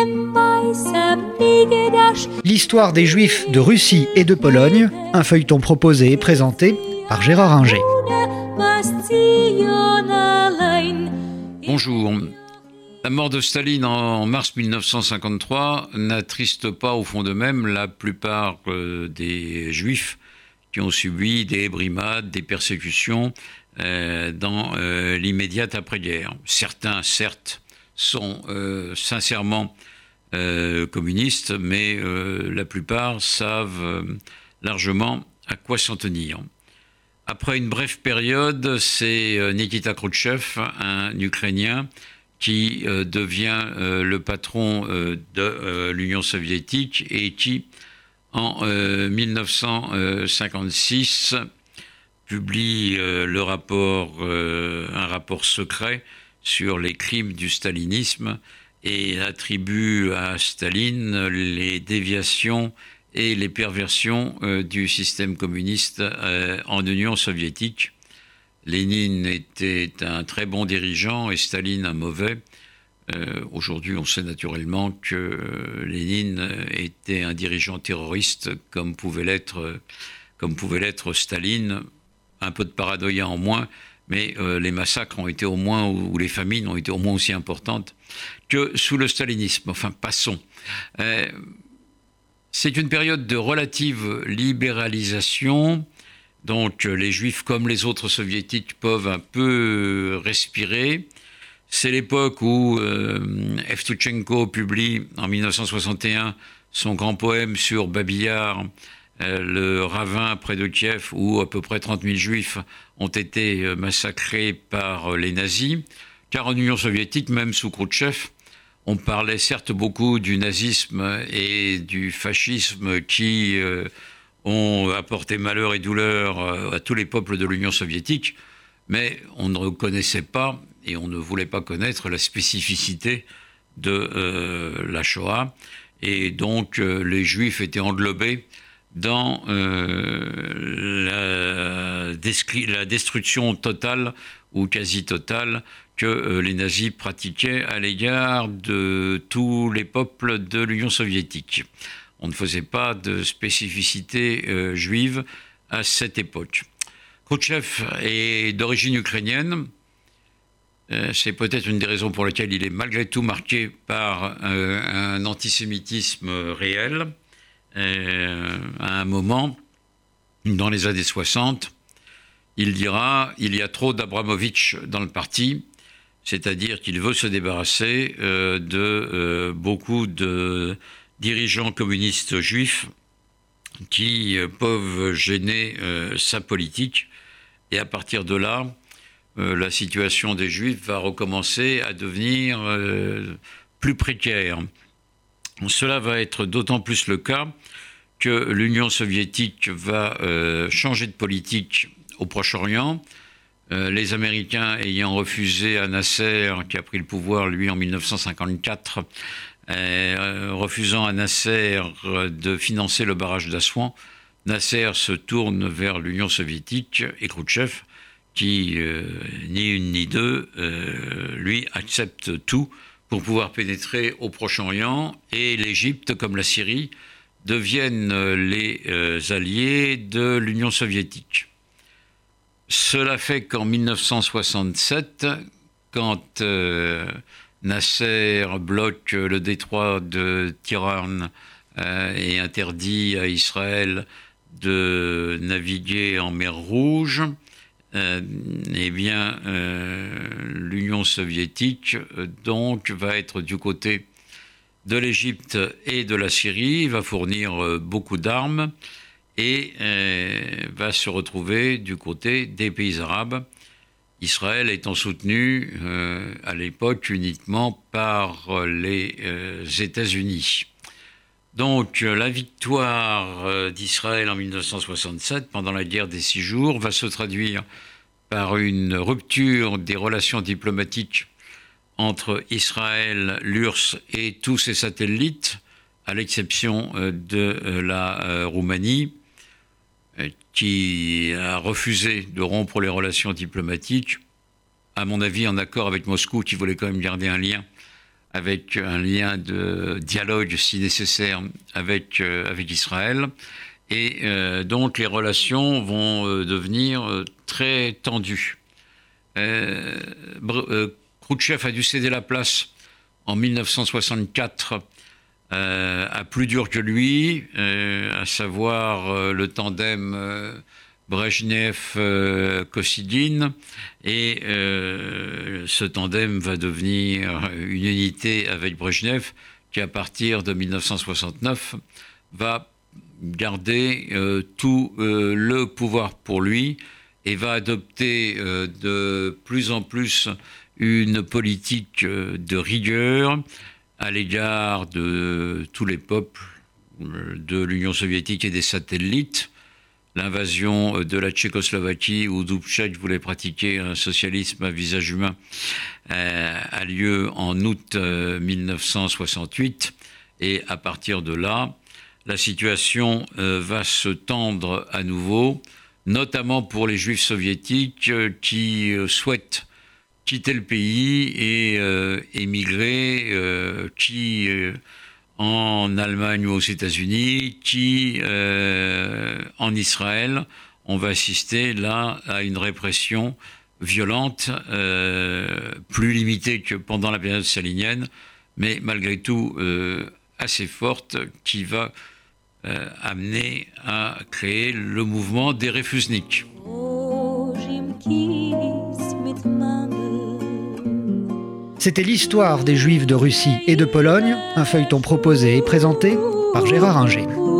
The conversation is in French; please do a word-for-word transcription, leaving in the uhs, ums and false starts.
L'histoire des Juifs de Russie et de Pologne, un feuilleton proposé et présenté par Gérard Inger. Bonjour. La mort de Staline en mars mille neuf cent cinquante-trois n'attriste pas au fond d'eux-mêmes la plupart des Juifs qui ont subi des brimades, des persécutions euh, dans euh, l'immédiate après-guerre. Certains, certes, sont euh, sincèrement euh, communistes, mais euh, la plupart savent euh, largement à quoi s'en tenir. Après une brève période, c'est euh, Nikita Khrouchtchev, un Ukrainien, qui euh, devient euh, le patron euh, de euh, l'Union soviétique et qui, en euh, mille neuf cent cinquante-six, publie euh, le rapport, euh, un rapport secret sur les crimes du stalinisme et attribue à Staline les déviations et les perversions euh, du système communiste euh, en Union soviétique. Lénine était un très bon dirigeant et Staline un mauvais. Euh, aujourd'hui, on sait naturellement que euh, Lénine était un dirigeant terroriste comme pouvait l'être, euh, comme pouvait l'être Staline. Un peu de paranoïa en moins, mais euh, les massacres ont été au moins, ou, ou les famines ont été au moins aussi importantes que sous le stalinisme. Enfin, passons. Euh, c'est une période de relative libéralisation. Donc les Juifs, comme les autres soviétiques, peuvent un peu respirer. C'est l'époque où euh, Evtuchenko publie en mille neuf cent soixante et un son grand poème sur Babi-Yar, euh, le ravin près de Kiev, où à peu près trente mille Juifs ont été massacrés par les nazis. Car en Union soviétique, même sous Khrouchtchev, on parlait certes beaucoup du nazisme et du fascisme qui... Euh, ont apporté malheur et douleur à tous les peuples de l'Union soviétique, mais on ne connaissait pas et on ne voulait pas connaître la spécificité de euh, la Shoah. Et donc, euh, les Juifs étaient englobés dans euh, la, descri- la destruction totale ou quasi totale que euh, les nazis pratiquaient à l'égard de tous les peuples de l'Union soviétique. On ne faisait pas de spécificité euh, juive à cette époque. Khrouchtchev est d'origine ukrainienne. Euh, c'est peut-être une des raisons pour lesquelles il est malgré tout marqué par euh, un antisémitisme réel. Euh, à un moment, dans les années soixante, il dira « il y a trop d'Abramovitch dans le parti », c'est-à-dire qu'il veut se débarrasser euh, de euh, beaucoup de dirigeants communistes juifs qui euh, peuvent gêner euh, sa politique. Et à partir de là, euh, la situation des Juifs va recommencer à devenir euh, plus précaire. Cela va être d'autant plus le cas que l'Union soviétique va euh, changer de politique au Proche-Orient. Euh, les Américains ayant refusé à Nasser, qui a pris le pouvoir, lui, en mille neuf cent cinquante-quatre, Euh, refusant à Nasser de financer le barrage d'Assouan, Nasser se tourne vers l'Union soviétique et Khrouchtchev, qui, euh, ni une ni deux, euh, lui accepte tout pour pouvoir pénétrer au Proche-Orient, et l'Égypte, comme la Syrie, deviennent les euh, alliés de l'Union soviétique. Cela fait qu'en mille neuf cent soixante-sept, quand euh, Nasser bloque le détroit de Tiran euh, et interdit à Israël de naviguer en mer Rouge, euh, eh bien, euh, l'Union soviétique donc va être du côté de l'Égypte et de la Syrie, va fournir euh, beaucoup d'armes et euh, va se retrouver du côté des pays arabes. Israël étant soutenu euh, à l'époque uniquement par les euh, États-Unis. Donc la victoire euh, d'Israël en mille neuf cent soixante-sept, pendant la guerre des Six Jours, va se traduire par une rupture des relations diplomatiques entre Israël, l'U R S S et tous ses satellites, à l'exception euh, de euh, la euh, Roumanie, qui a refusé de rompre les relations diplomatiques, à mon avis en accord avec Moscou, qui voulait quand même garder un lien avec un lien de dialogue si nécessaire avec, euh, avec Israël. Et euh, donc les relations vont euh, devenir euh, très tendues. Euh, euh, Khrouchtchev a dû céder la place en mille neuf cent soixante-quatre euh, à plus dur que lui, euh, à savoir euh, le tandem euh, Brejnev-Kosygin, et euh, ce tandem va devenir une unité avec Brejnev qui, à partir de mille neuf cent soixante-neuf, va garder euh, tout euh, le pouvoir pour lui et va adopter euh, de plus en plus une politique euh, de rigueur à l'égard de tous les peuples de l'Union soviétique et des satellites. L'invasion de la Tchécoslovaquie, où Dubček voulait pratiquer un socialisme à visage humain, euh, a lieu en août euh, mille neuf cent soixante-huit. Et à partir de là, la situation euh, va se tendre à nouveau, notamment pour les Juifs soviétiques euh, qui euh, souhaitent quitter le pays et euh, émigrer, euh, qui... Euh, en Allemagne ou aux États-Unis, qui, euh, en Israël, on va assister là à une répression violente, euh, plus limitée que pendant la période stalinienne, mais malgré tout euh, assez forte, qui va euh, amener à créer le mouvement des Refusniks. C'était l'histoire des Juifs de Russie et de Pologne, un feuilleton proposé et présenté par Gérard Inger.